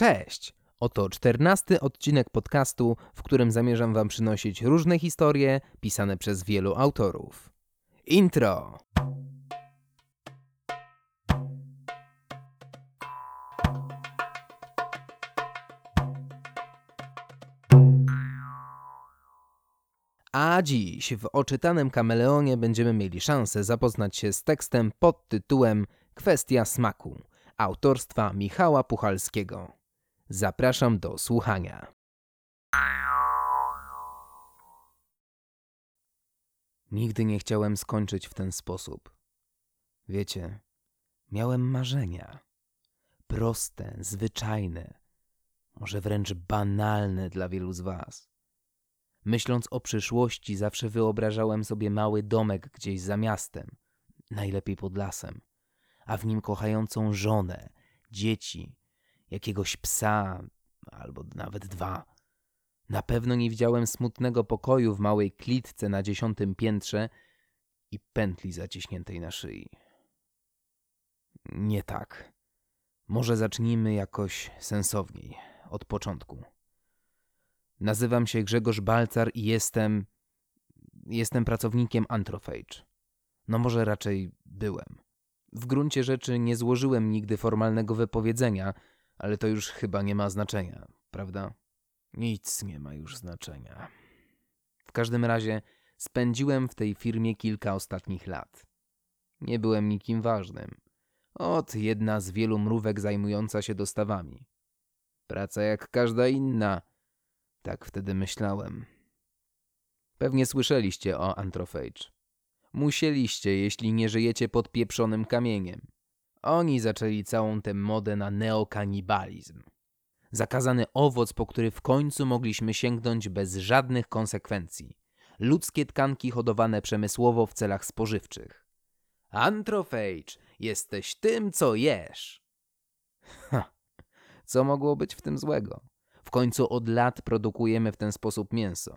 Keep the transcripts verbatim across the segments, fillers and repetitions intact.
Cześć! Oto czternasty odcinek podcastu, w którym zamierzam wam przynosić różne historie pisane przez wielu autorów. Intro! A dziś w oczytanym Kameleonie będziemy mieli szansę zapoznać się z tekstem pod tytułem Kwestia smaku autorstwa Michała Puchalskiego. Zapraszam do słuchania. Nigdy nie chciałem skończyć w ten sposób. Wiecie, miałem marzenia. Proste, zwyczajne, może wręcz banalne dla wielu z was. Myśląc o przyszłości, zawsze wyobrażałem sobie mały domek gdzieś za miastem, najlepiej pod lasem, a w nim kochającą żonę, dzieci, jakiegoś psa albo nawet dwa. Na pewno nie widziałem smutnego pokoju w małej klitce na dziesiątym piętrze i pętli zaciśniętej na szyi. Nie tak. Może zacznijmy jakoś sensowniej, od początku. Nazywam się Grzegorz Balcar i jestem... Jestem pracownikiem Antrofage. No może raczej byłem. W gruncie rzeczy nie złożyłem nigdy formalnego wypowiedzenia, ale to już chyba nie ma znaczenia, prawda? Nic nie ma już znaczenia. W każdym razie spędziłem w tej firmie kilka ostatnich lat. Nie byłem nikim ważnym. Ot, jedna z wielu mrówek zajmująca się dostawami. Praca jak każda inna. Tak wtedy myślałem. Pewnie słyszeliście o Antrofage. Musieliście, jeśli nie żyjecie pod pieprzonym kamieniem. Oni zaczęli całą tę modę na neokanibalizm. Zakazany owoc, po który w końcu mogliśmy sięgnąć bez żadnych konsekwencji. Ludzkie tkanki hodowane przemysłowo w celach spożywczych. Antrofage, jesteś tym, co jesz. Ha, co mogło być w tym złego? W końcu od lat produkujemy w ten sposób mięso.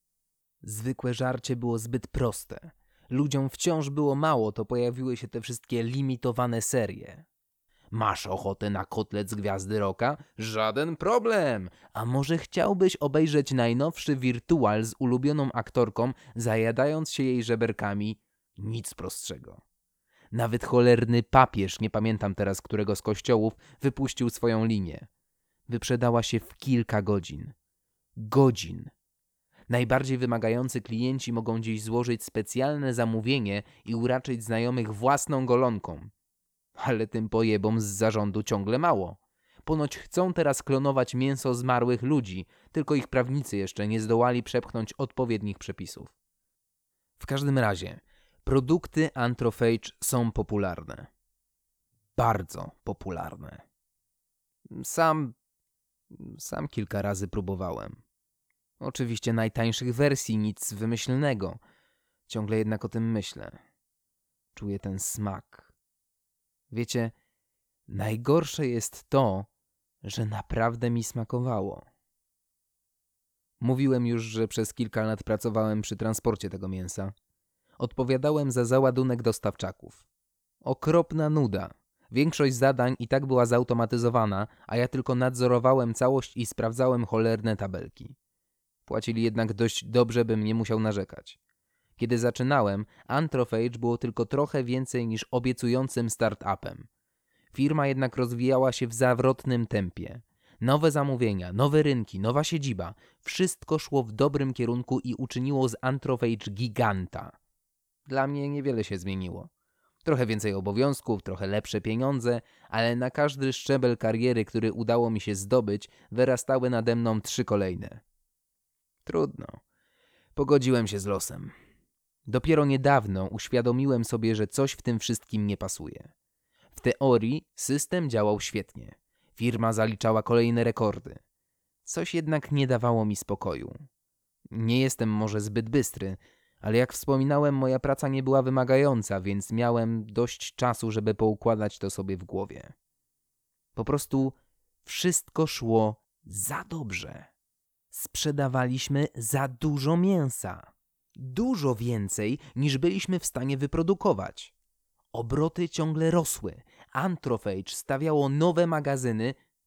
Zwykłe żarcie było zbyt proste. Ludziom wciąż było mało, to pojawiły się te wszystkie limitowane serie. Masz ochotę na kotlet z Gwiazdy Rocka? Żaden problem! A może chciałbyś obejrzeć najnowszy wirtual z ulubioną aktorką, zajadając się jej żeberkami? Nic prostszego. Nawet cholerny papież, nie pamiętam teraz którego z kościołów, wypuścił swoją linię. Wyprzedała się w kilka godzin. Godzin. Najbardziej wymagający klienci mogą dziś złożyć specjalne zamówienie i uraczyć znajomych własną golonką. Ale tym pojebom z zarządu ciągle mało. Ponoć chcą teraz klonować mięso zmarłych ludzi, tylko ich prawnicy jeszcze nie zdołali przepchnąć odpowiednich przepisów. W każdym razie, produkty Antrofage są popularne. Bardzo popularne. Sam, sam kilka razy próbowałem. Oczywiście najtańszych wersji, nic wymyślnego. Ciągle jednak o tym myślę. Czuję ten smak. Wiecie, najgorsze jest to, że naprawdę mi smakowało. Mówiłem już, że przez kilka lat pracowałem przy transporcie tego mięsa. Odpowiadałem za załadunek dostawczaków. Okropna nuda. Większość zadań i tak była zautomatyzowana, a ja tylko nadzorowałem całość i sprawdzałem cholerne tabelki. Płacili jednak dość dobrze, bym nie musiał narzekać. Kiedy zaczynałem, Antrofage było tylko trochę więcej niż obiecującym start-upem. Firma jednak rozwijała się w zawrotnym tempie. Nowe zamówienia, nowe rynki, nowa siedziba. Wszystko szło w dobrym kierunku i uczyniło z Antrofage giganta. Dla mnie niewiele się zmieniło. Trochę więcej obowiązków, trochę lepsze pieniądze, ale na każdy szczebel kariery, który udało mi się zdobyć, wyrastały nade mną trzy kolejne. Trudno. Pogodziłem się z losem. Dopiero niedawno uświadomiłem sobie, że coś w tym wszystkim nie pasuje. W teorii system działał świetnie. Firma zaliczała kolejne rekordy. Coś jednak nie dawało mi spokoju. Nie jestem może zbyt bystry, ale jak wspominałem, moja praca nie była wymagająca, więc miałem dość czasu, żeby poukładać to sobie w głowie. Po prostu wszystko szło za dobrze. Sprzedawaliśmy za dużo mięsa. Dużo więcej, niż byliśmy w stanie wyprodukować. Obroty ciągle rosły. Antrofage stawiało nowe magazyny,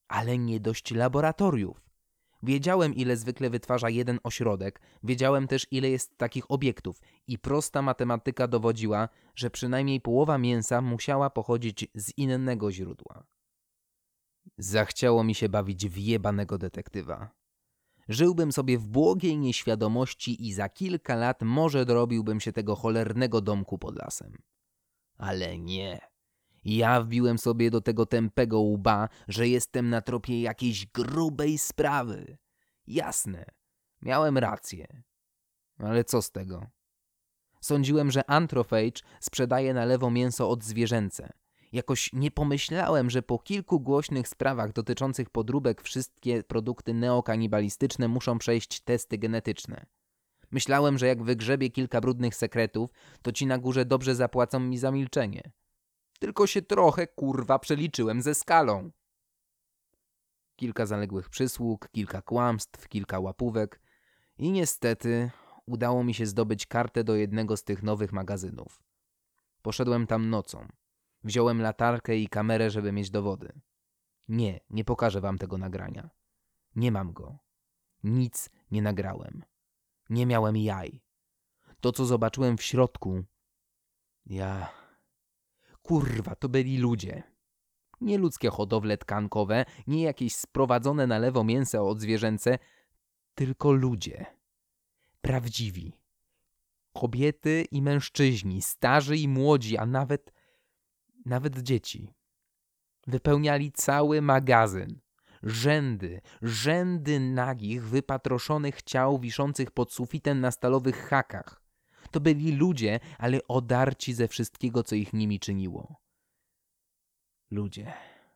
Ale nie dość laboratoriów. Wiedziałem, ile zwykle wytwarza jeden ośrodek, wiedziałem też, ile jest takich obiektów i prosta matematyka dowodziła, że przynajmniej połowa mięsa musiała pochodzić z innego źródła. Zachciało mi się bawić w jebanego detektywa. Żyłbym sobie w błogiej nieświadomości i za kilka lat może dorobiłbym się tego cholernego domku pod lasem. Ale nie. Ja wbiłem sobie do tego tępego łba, że jestem na tropie jakiejś grubej sprawy. Jasne, miałem rację. Ale co z tego? Sądziłem, że Anthrophage sprzedaje na lewo mięso odzwierzęce. Jakoś nie pomyślałem, że po kilku głośnych sprawach dotyczących podróbek wszystkie produkty neokanibalistyczne muszą przejść testy genetyczne. Myślałem, że jak wygrzebię kilka brudnych sekretów, to ci na górze dobrze zapłacą mi za milczenie. Tylko się trochę, kurwa, przeliczyłem ze skalą. Kilka zaległych przysług, kilka kłamstw, kilka łapówek i niestety udało mi się zdobyć kartę do jednego z tych nowych magazynów. Poszedłem tam nocą. Wziąłem latarkę i kamerę, żeby mieć dowody. Nie, nie pokażę wam tego nagrania. Nie mam go. Nic nie nagrałem. Nie miałem jaj. To, co zobaczyłem w środku... Ja... Kurwa, to byli ludzie. Nie ludzkie hodowle tkankowe, nie jakieś sprowadzone na lewo mięso odzwierzęce, tylko ludzie. Prawdziwi. Kobiety i mężczyźni, starzy i młodzi, a nawet, nawet dzieci. Wypełniali cały magazyn. Rzędy, rzędy nagich, wypatroszonych ciał wiszących pod sufitem na stalowych hakach. To byli ludzie, ale odarci ze wszystkiego, co ich nimi czyniło. Ludzie.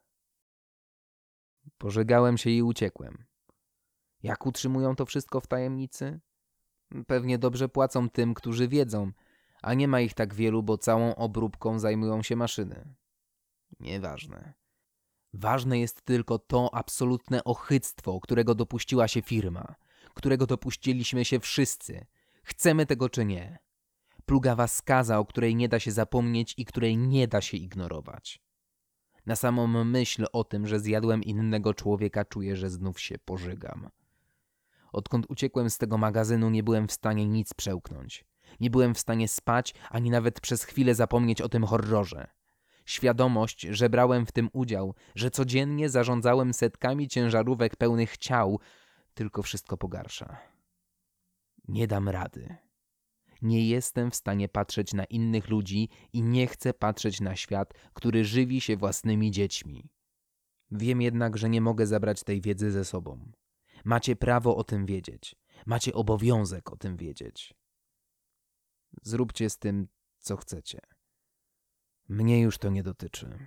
Pożegałem się i uciekłem. Jak utrzymują to wszystko w tajemnicy? Pewnie dobrze płacą tym, którzy wiedzą, a nie ma ich tak wielu, bo całą obróbką zajmują się maszyny. Nieważne. Ważne jest tylko to absolutne ochyctwo, którego dopuściła się firma, którego dopuściliśmy się wszyscy. Chcemy tego czy nie. Plugawa skaza, o której nie da się zapomnieć i której nie da się ignorować. Na samą myśl o tym, że zjadłem innego człowieka, czuję, że znów się pożygam. Odkąd uciekłem z tego magazynu, nie byłem w stanie nic przełknąć. Nie byłem w stanie spać, ani nawet przez chwilę zapomnieć o tym horrorze. Świadomość, że brałem w tym udział, że codziennie zarządzałem setkami ciężarówek pełnych ciał, tylko wszystko pogarsza. Nie dam rady. Nie jestem w stanie patrzeć na innych ludzi i nie chcę patrzeć na świat, który żywi się własnymi dziećmi. Wiem jednak, że nie mogę zabrać tej wiedzy ze sobą. Macie prawo o tym wiedzieć. Macie obowiązek o tym wiedzieć. Zróbcie z tym, co chcecie. Mnie już to nie dotyczy.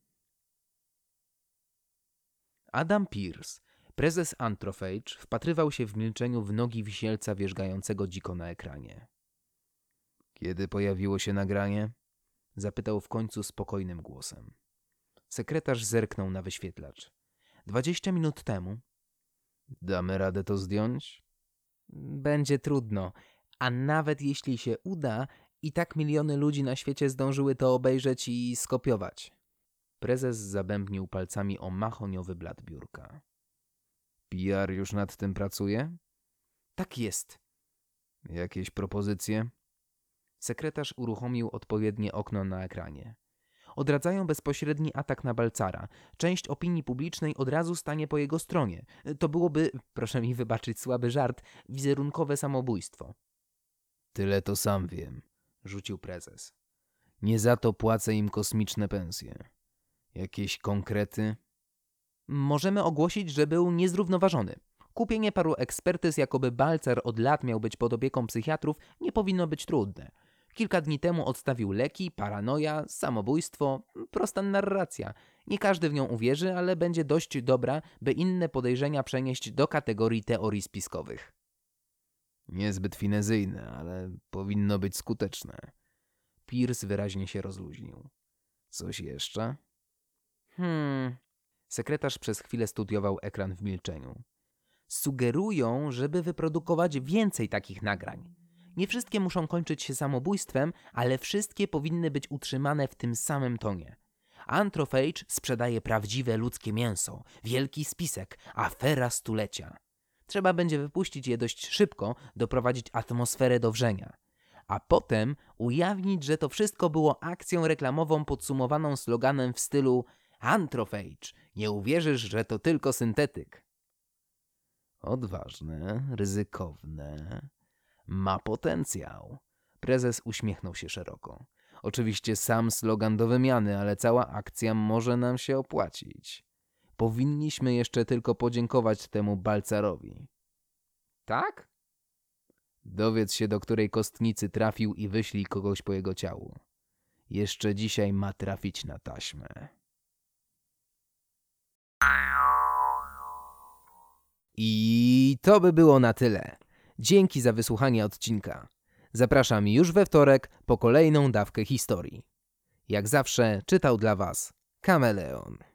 Adam Pearce, prezes Anthrophage, wpatrywał się w milczeniu w nogi wisielca wierzgającego dziko na ekranie. Kiedy pojawiło się nagranie? Zapytał w końcu spokojnym głosem. Sekretarz zerknął na wyświetlacz. Dwadzieścia minut temu. Damy radę to zdjąć? Będzie trudno, a nawet jeśli się uda, i tak miliony ludzi na świecie zdążyły to obejrzeć i skopiować. Prezes zabębnił palcami o mahoniowy blat biurka. P R już nad tym pracuje? Tak jest. Jakieś propozycje? Sekretarz uruchomił odpowiednie okno na ekranie. Odradzają bezpośredni atak na Balcara. Część opinii publicznej od razu stanie po jego stronie. To byłoby, proszę mi wybaczyć słaby żart, wizerunkowe samobójstwo. Tyle to sam wiem, rzucił prezes. Nie za to płacę im kosmiczne pensje. Jakieś konkrety? Możemy ogłosić, że był niezrównoważony. Kupienie paru ekspertyz, jakoby Balcar od lat miał być pod opieką psychiatrów, nie powinno być trudne. Kilka dni temu odstawił leki, paranoja, samobójstwo. Prosta narracja. Nie każdy w nią uwierzy, ale będzie dość dobra, by inne podejrzenia przenieść do kategorii teorii spiskowych. Niezbyt finezyjne, ale powinno być skuteczne. Pearce wyraźnie się rozluźnił. Coś jeszcze? Hmm... Sekretarz przez chwilę studiował ekran w milczeniu. Sugerują, żeby wyprodukować więcej takich nagrań. Nie wszystkie muszą kończyć się samobójstwem, ale wszystkie powinny być utrzymane w tym samym tonie. Antrophage sprzedaje prawdziwe ludzkie mięso. Wielki spisek. Afera stulecia. Trzeba będzie wypuścić je dość szybko, doprowadzić atmosferę do wrzenia. A potem ujawnić, że to wszystko było akcją reklamową podsumowaną sloganem w stylu Antrophage. Nie uwierzysz, że to tylko syntetyk. Odważne, ryzykowne. Ma potencjał. Prezes uśmiechnął się szeroko. Oczywiście sam slogan do wymiany, ale cała akcja może nam się opłacić. Powinniśmy jeszcze tylko podziękować temu Balcarowi. Tak? Dowiedz się, do której kostnicy trafił i wyślij kogoś po jego ciału. Jeszcze dzisiaj ma trafić na taśmę. I to by było na tyle. Dzięki za wysłuchanie odcinka. Zapraszam już we wtorek po kolejną dawkę historii. Jak zawsze czytał dla Was Kameleon.